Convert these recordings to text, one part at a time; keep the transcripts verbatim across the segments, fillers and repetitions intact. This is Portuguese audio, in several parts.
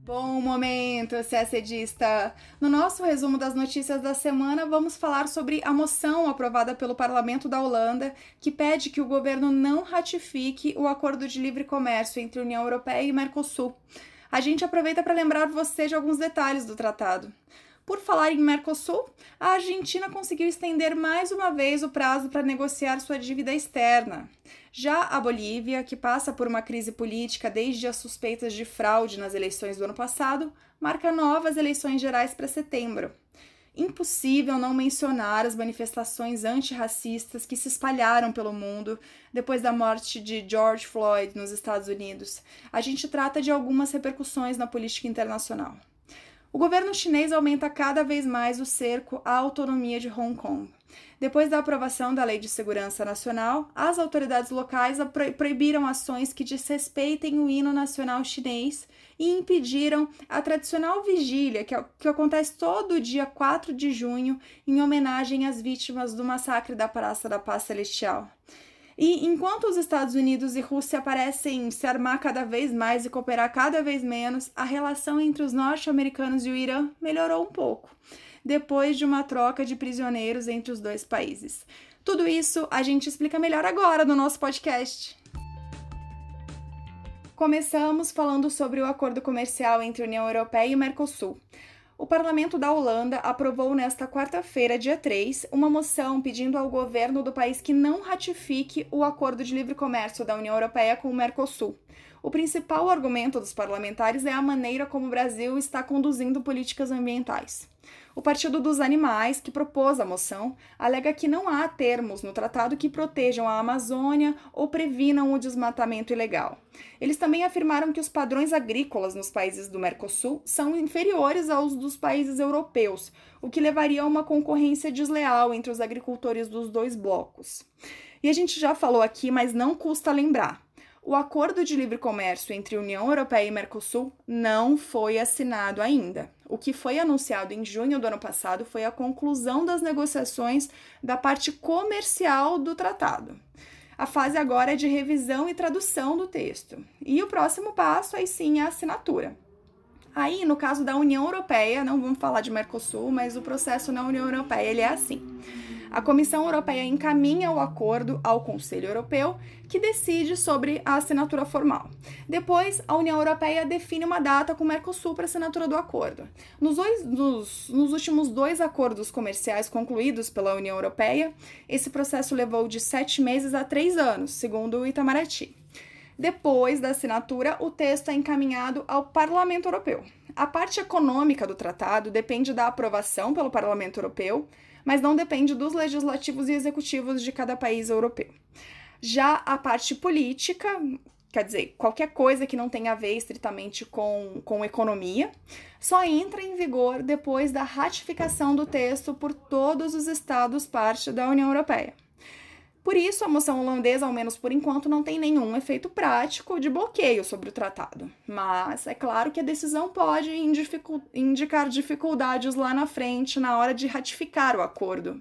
Bom momento, C S Edista! No nosso resumo das notícias da semana, vamos falar sobre a moção aprovada pelo Parlamento da Holanda, que pede que o governo não ratifique o acordo de livre comércio entre União Europeia e Mercosul. A gente aproveita para lembrar você de alguns detalhes do tratado. Por falar em Mercosul, a Argentina conseguiu estender mais uma vez o prazo para negociar sua dívida externa. Já a Bolívia, que passa por uma crise política desde as suspeitas de fraude nas eleições do ano passado, marca novas eleições gerais para setembro. Impossível não mencionar as manifestações antirracistas que se espalharam pelo mundo depois da morte de George Floyd nos Estados Unidos. A gente trata de algumas repercussões na política internacional. O governo chinês aumenta cada vez mais o cerco à autonomia de Hong Kong. Depois da aprovação da Lei de Segurança Nacional, as autoridades locais proibiram ações que desrespeitem o hino nacional chinês e impediram a tradicional vigília, que, que acontece todo dia quatro de junho, em homenagem às vítimas do massacre da Praça da Paz Celestial. E enquanto os Estados Unidos e Rússia parecem se armar cada vez mais e cooperar cada vez menos, a relação entre os norte-americanos e o Irã melhorou um pouco, depois de uma troca de prisioneiros entre os dois países. Tudo isso a gente explica melhor agora no nosso podcast. Começamos falando sobre o acordo comercial entre a União Europeia e o Mercosul. O Parlamento da Holanda aprovou nesta quarta-feira, dia três, uma moção pedindo ao governo do país que não ratifique o acordo de livre comércio da União Europeia com o Mercosul. O principal argumento dos parlamentares é a maneira como o Brasil está conduzindo políticas ambientais. O Partido dos Animais, que propôs a moção, alega que não há termos no tratado que protejam a Amazônia ou previnam o desmatamento ilegal. Eles também afirmaram que os padrões agrícolas nos países do Mercosul são inferiores aos dos países europeus, o que levaria a uma concorrência desleal entre os agricultores dos dois blocos. E a gente já falou aqui, mas não custa lembrar. O acordo de livre comércio entre União Europeia e Mercosul não foi assinado ainda. O que foi anunciado em junho do ano passado foi a conclusão das negociações da parte comercial do tratado. A fase agora é de revisão e tradução do texto. E o próximo passo, aí sim, é a assinatura. Aí, no caso da União Europeia, não vamos falar de Mercosul, mas o processo na União Europeia ele é assim. A Comissão Europeia encaminha o acordo ao Conselho Europeu, que decide sobre a assinatura formal. Depois, a União Europeia define uma data com o Mercosul para a assinatura do acordo. Nos, dois, nos, nos últimos dois acordos comerciais concluídos pela União Europeia, esse processo levou de sete meses a três anos, segundo o Itamaraty. Depois da assinatura, o texto é encaminhado ao Parlamento Europeu. A parte econômica do tratado depende da aprovação pelo Parlamento Europeu, mas não depende dos legislativos e executivos de cada país europeu. Já a parte política, quer dizer, qualquer coisa que não tenha a ver estritamente com, com economia, só entra em vigor depois da ratificação do texto por todos os estados parte da União Europeia. Por isso, a moção holandesa, ao menos por enquanto, não tem nenhum efeito prático de bloqueio sobre o tratado. Mas é claro que a decisão pode indicar dificuldades lá na frente, na hora de ratificar o acordo.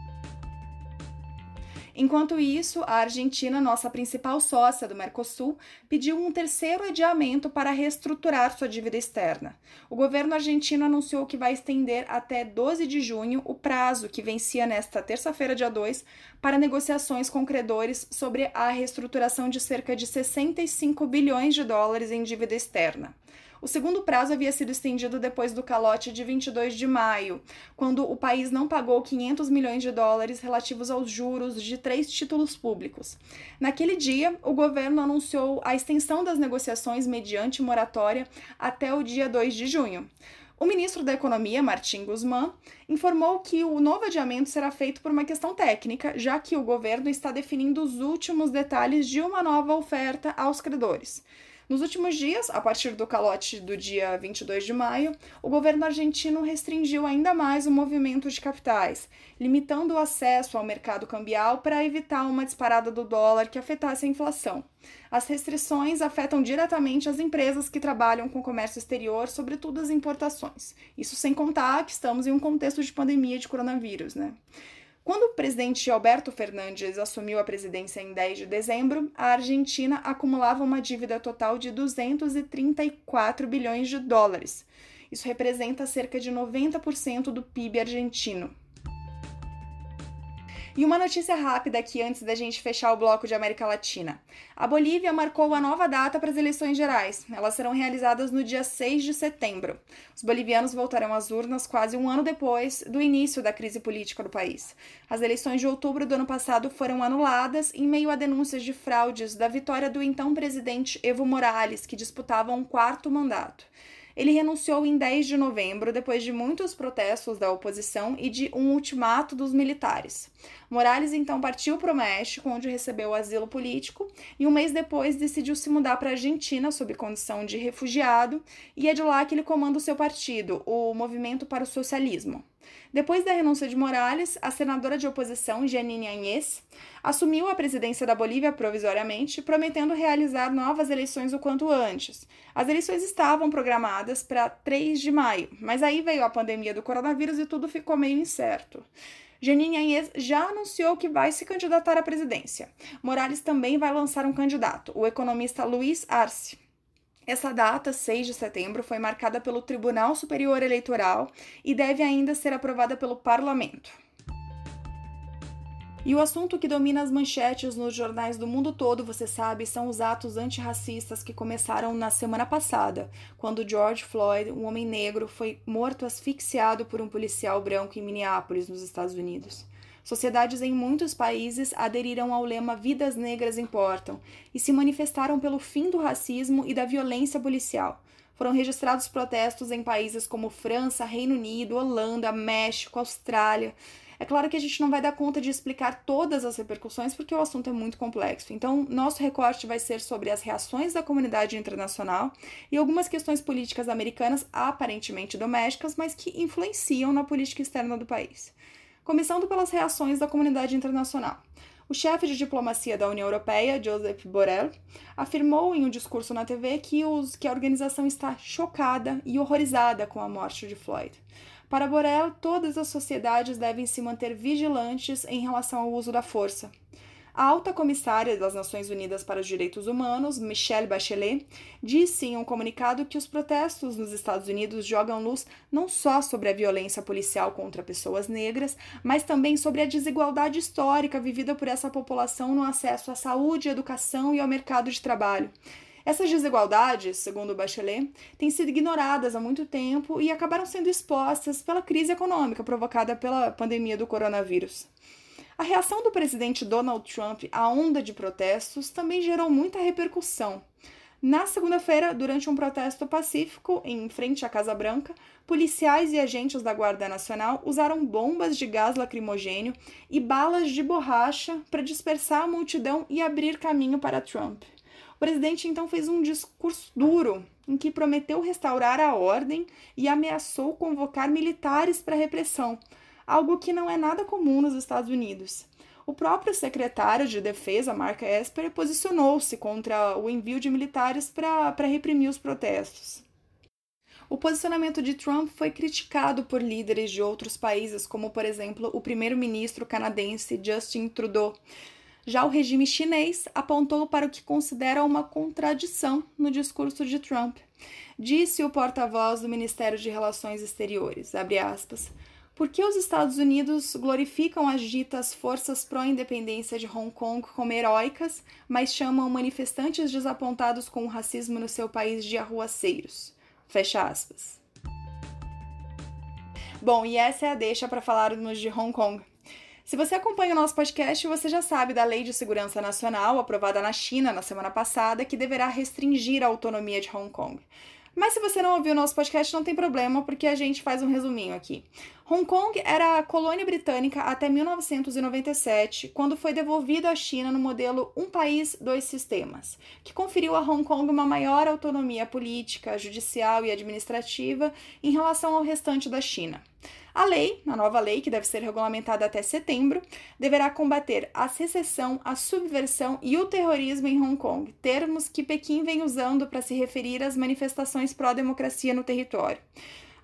Enquanto isso, a Argentina, nossa principal sócia do Mercosul, pediu um terceiro adiamento para reestruturar sua dívida externa. O governo argentino anunciou que vai estender até doze de junho o prazo que vencia nesta terça-feira, dia dois, para negociações com credores sobre a reestruturação de cerca de sessenta e cinco bilhões de dólares em dívida externa. O segundo prazo havia sido estendido depois do calote de vinte e dois de maio, quando o país não pagou quinhentos milhões de dólares relativos aos juros de três títulos públicos. Naquele dia, o governo anunciou a extensão das negociações mediante moratória até o dia dois de junho. O ministro da Economia, Martín Guzmán, informou que o novo adiamento será feito por uma questão técnica, já que o governo está definindo os últimos detalhes de uma nova oferta aos credores. Nos últimos dias, a partir do calote do dia vinte e dois de maio, o governo argentino restringiu ainda mais o movimento de capitais, limitando o acesso ao mercado cambial para evitar uma disparada do dólar que afetasse a inflação. As restrições afetam diretamente as empresas que trabalham com comércio exterior, sobretudo as importações. Isso sem contar que estamos em um contexto de pandemia de coronavírus, né? Quando o presidente Alberto Fernandes assumiu a presidência em dez de dezembro, a Argentina acumulava uma dívida total de duzentos e trinta e quatro bilhões de dólares. Isso representa cerca de noventa por cento do P I B argentino. E uma notícia rápida aqui antes da gente fechar o bloco de América Latina. A Bolívia marcou a nova data para as eleições gerais. Elas serão realizadas no dia seis de setembro. Os bolivianos voltarão às urnas quase um ano depois do início da crise política do país. As eleições de outubro do ano passado foram anuladas em meio a denúncias de fraudes da vitória do então presidente Evo Morales, que disputava um quarto mandato. Ele renunciou em dez de novembro, depois de muitos protestos da oposição e de um ultimato dos militares. Morales então partiu para o México, onde recebeu asilo político, e um mês depois decidiu se mudar para a Argentina sob condição de refugiado, e é de lá que ele comanda o seu partido, o Movimento para o Socialismo. Depois da renúncia de Morales, a senadora de oposição, Jeanine Áñez, assumiu a presidência da Bolívia provisoriamente, prometendo realizar novas eleições o quanto antes. As eleições estavam programadas para três de maio, mas aí veio a pandemia do coronavírus e tudo ficou meio incerto. Jeanine Áñez já anunciou que vai se candidatar à presidência. Morales também vai lançar um candidato, o economista Luiz Arce. Essa data, seis de setembro, foi marcada pelo Tribunal Superior Eleitoral e deve ainda ser aprovada pelo Parlamento. E o assunto que domina as manchetes nos jornais do mundo todo, você sabe, são os atos antirracistas que começaram na semana passada, quando George Floyd, um homem negro, foi morto asfixiado por um policial branco em Minneapolis, nos Estados Unidos. Sociedades em muitos países aderiram ao lema Vidas Negras Importam e se manifestaram pelo fim do racismo e da violência policial. Foram registrados protestos em países como França, Reino Unido, Holanda, México, Austrália. É claro que a gente não vai dar conta de explicar todas as repercussões porque o assunto é muito complexo. Então, nosso recorte vai ser sobre as reações da comunidade internacional e algumas questões políticas americanas aparentemente domésticas, mas que influenciam na política externa do país. Começando pelas reações da comunidade internacional. O chefe de diplomacia da União Europeia, Josep Borrell, afirmou em um discurso na T V que, os, que a organização está chocada e horrorizada com a morte de Floyd. Para Borrell, todas as sociedades devem se manter vigilantes em relação ao uso da força. A alta comissária das Nações Unidas para os Direitos Humanos, Michelle Bachelet, disse em um comunicado que os protestos nos Estados Unidos jogam luz não só sobre a violência policial contra pessoas negras, mas também sobre a desigualdade histórica vivida por essa população no acesso à saúde, educação e ao mercado de trabalho. Essas desigualdades, segundo Bachelet, têm sido ignoradas há muito tempo e acabaram sendo expostas pela crise econômica provocada pela pandemia do coronavírus. A reação do presidente Donald Trump à onda de protestos também gerou muita repercussão. Na segunda-feira, durante um protesto pacífico em frente à Casa Branca, policiais e agentes da Guarda Nacional usaram bombas de gás lacrimogênio e balas de borracha para dispersar a multidão e abrir caminho para Trump. O presidente então fez um discurso duro, em que prometeu restaurar a ordem e ameaçou convocar militares para a repressão, algo que não é nada comum nos Estados Unidos. O próprio secretário de Defesa, Mark Esper, posicionou-se contra o envio de militares para reprimir os protestos. O posicionamento de Trump foi criticado por líderes de outros países, como, por exemplo, o primeiro-ministro canadense Justin Trudeau. Já o regime chinês apontou para o que considera uma contradição no discurso de Trump. Disse o porta-voz do Ministério de Relações Exteriores, abre aspas, por que os Estados Unidos glorificam as ditas forças pró-independência de Hong Kong como heróicas, mas chamam manifestantes desapontados com o racismo no seu país de arruaceiros? Fecha aspas. Bom, e essa é a deixa para falarmos de Hong Kong. Se você acompanha o nosso podcast, você já sabe da Lei de Segurança Nacional, aprovada na China na semana passada, que deverá restringir a autonomia de Hong Kong. Mas se você não ouviu o nosso podcast, não tem problema, porque a gente faz um resuminho aqui. Hong Kong era a colônia britânica até mil novecentos e noventa e sete, quando foi devolvido à China no modelo Um País, Dois Sistemas, que conferiu a Hong Kong uma maior autonomia política, judicial e administrativa em relação ao restante da China. A lei, a nova lei, que deve ser regulamentada até setembro, deverá combater a secessão, a subversão e o terrorismo em Hong Kong, termos que Pequim vem usando para se referir às manifestações pró-democracia no território.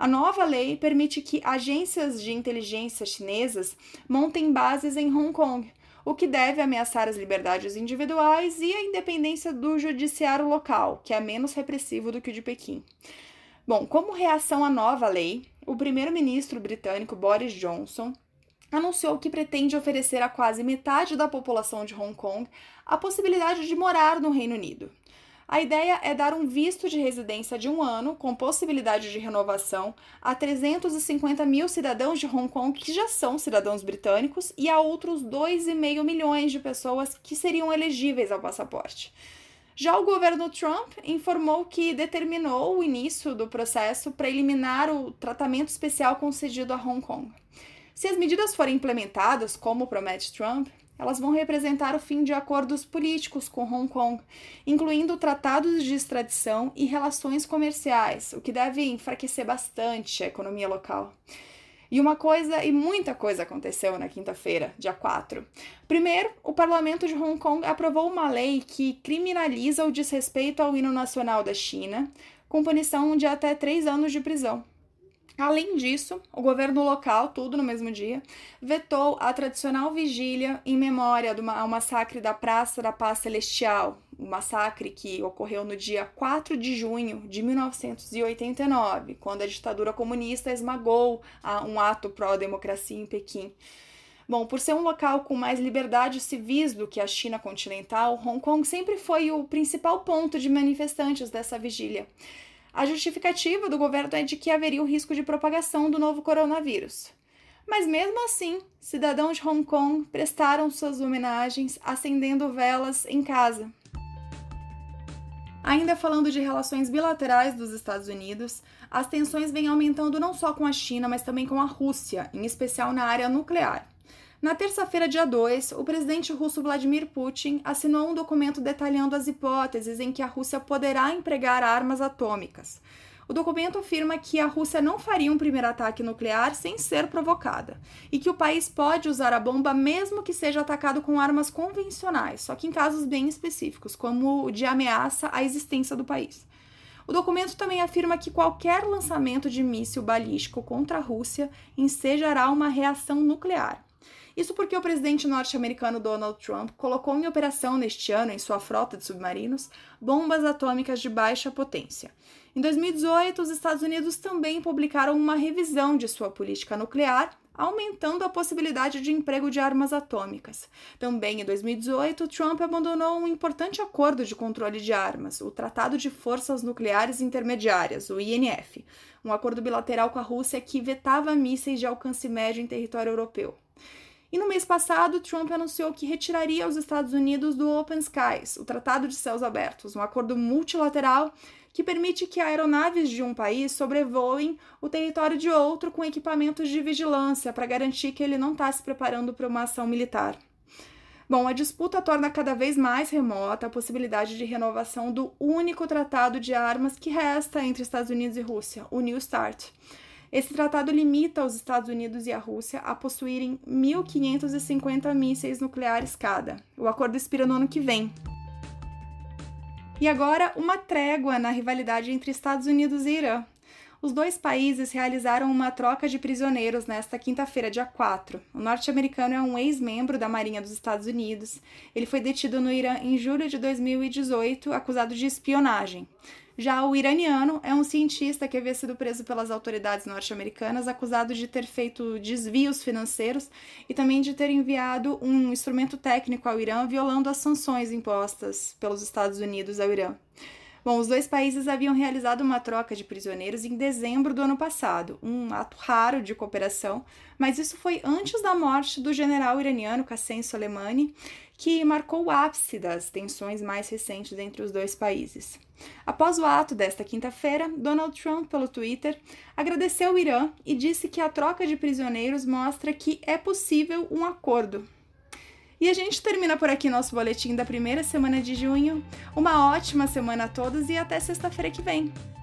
A nova lei permite que agências de inteligência chinesas montem bases em Hong Kong, o que deve ameaçar as liberdades individuais e a independência do judiciário local, que é menos repressivo do que o de Pequim. Bom, como reação à nova lei, o primeiro-ministro britânico Boris Johnson anunciou que pretende oferecer a quase metade da população de Hong Kong a possibilidade de morar no Reino Unido. A ideia é dar um visto de residência de um ano, com possibilidade de renovação, a trezentos e cinquenta mil cidadãos de Hong Kong que já são cidadãos britânicos e a outros dois vírgula cinco milhões de pessoas que seriam elegíveis ao passaporte. Já o governo Trump informou que determinou o início do processo para eliminar o tratamento especial concedido a Hong Kong. Se as medidas forem implementadas, como promete Trump, elas vão representar o fim de acordos políticos com Hong Kong, incluindo tratados de extradição e relações comerciais, o que deve enfraquecer bastante a economia local. E uma coisa, e muita coisa aconteceu na quinta-feira, dia quatro. Primeiro, o parlamento de Hong Kong aprovou uma lei que criminaliza o desrespeito ao hino nacional da China, com punição de até três anos de prisão. Além disso, o governo local, tudo no mesmo dia, vetou a tradicional vigília em memória do massacre da Praça da Paz Celestial, o massacre que ocorreu no dia quatro de junho de mil novecentos e oitenta e nove, quando a ditadura comunista esmagou um ato pró-democracia em Pequim. Bom, por ser um local com mais liberdades civis do que a China continental, Hong Kong sempre foi o principal ponto de manifestantes dessa vigília. A justificativa do governo é de que haveria o risco de propagação do novo coronavírus. Mas mesmo assim, cidadãos de Hong Kong prestaram suas homenagens acendendo velas em casa. Ainda falando de relações bilaterais dos Estados Unidos, as tensões vêm aumentando não só com a China, mas também com a Rússia, em especial na área nuclear. Na terça-feira, dia dois, o presidente russo Vladimir Putin assinou um documento detalhando as hipóteses em que a Rússia poderá empregar armas atômicas. O documento afirma que a Rússia não faria um primeiro ataque nuclear sem ser provocada, e que o país pode usar a bomba mesmo que seja atacado com armas convencionais, só que em casos bem específicos, como o de ameaça à existência do país. O documento também afirma que qualquer lançamento de míssil balístico contra a Rússia ensejará uma reação nuclear. Isso porque o presidente norte-americano Donald Trump colocou em operação neste ano, em sua frota de submarinos, bombas atômicas de baixa potência. Em dois mil e dezoito, os Estados Unidos também publicaram uma revisão de sua política nuclear, aumentando a possibilidade de emprego de armas atômicas. Também em dois mil e dezoito, Trump abandonou um importante acordo de controle de armas, o Tratado de Forças Nucleares Intermediárias, o I N F, um acordo bilateral com a Rússia que vetava mísseis de alcance médio em território europeu. E no mês passado, Trump anunciou que retiraria os Estados Unidos do Open Skies, o Tratado de Céus Abertos, um acordo multilateral que permite que aeronaves de um país sobrevoem o território de outro com equipamentos de vigilância para garantir que ele não está se preparando para uma ação militar. Bom, a disputa torna cada vez mais remota a possibilidade de renovação do único tratado de armas que resta entre Estados Unidos e Rússia, o New START. Esse tratado limita os Estados Unidos e a Rússia a possuírem mil quinhentos e cinquenta mísseis nucleares cada. O acordo expira no ano que vem. E agora, uma trégua na rivalidade entre Estados Unidos e Irã. Os dois países realizaram uma troca de prisioneiros nesta quinta-feira, dia quatro. O norte-americano é um ex-membro da Marinha dos Estados Unidos. Ele foi detido no Irã em julho de dois mil e dezoito, acusado de espionagem. Já o iraniano é um cientista que havia sido preso pelas autoridades norte-americanas, acusado de ter feito desvios financeiros e também de ter enviado um instrumento técnico ao Irã, violando as sanções impostas pelos Estados Unidos ao Irã. Bom, os dois países haviam realizado uma troca de prisioneiros em dezembro do ano passado, um ato raro de cooperação, mas isso foi antes da morte do general iraniano Qassem Soleimani, que marcou o ápice das tensões mais recentes entre os dois países. Após o ato desta quinta-feira, Donald Trump, pelo Twitter, agradeceu o Irã e disse que a troca de prisioneiros mostra que é possível um acordo. E a gente termina por aqui nosso boletim da primeira semana de junho. Uma ótima semana a todos e até sexta-feira que vem!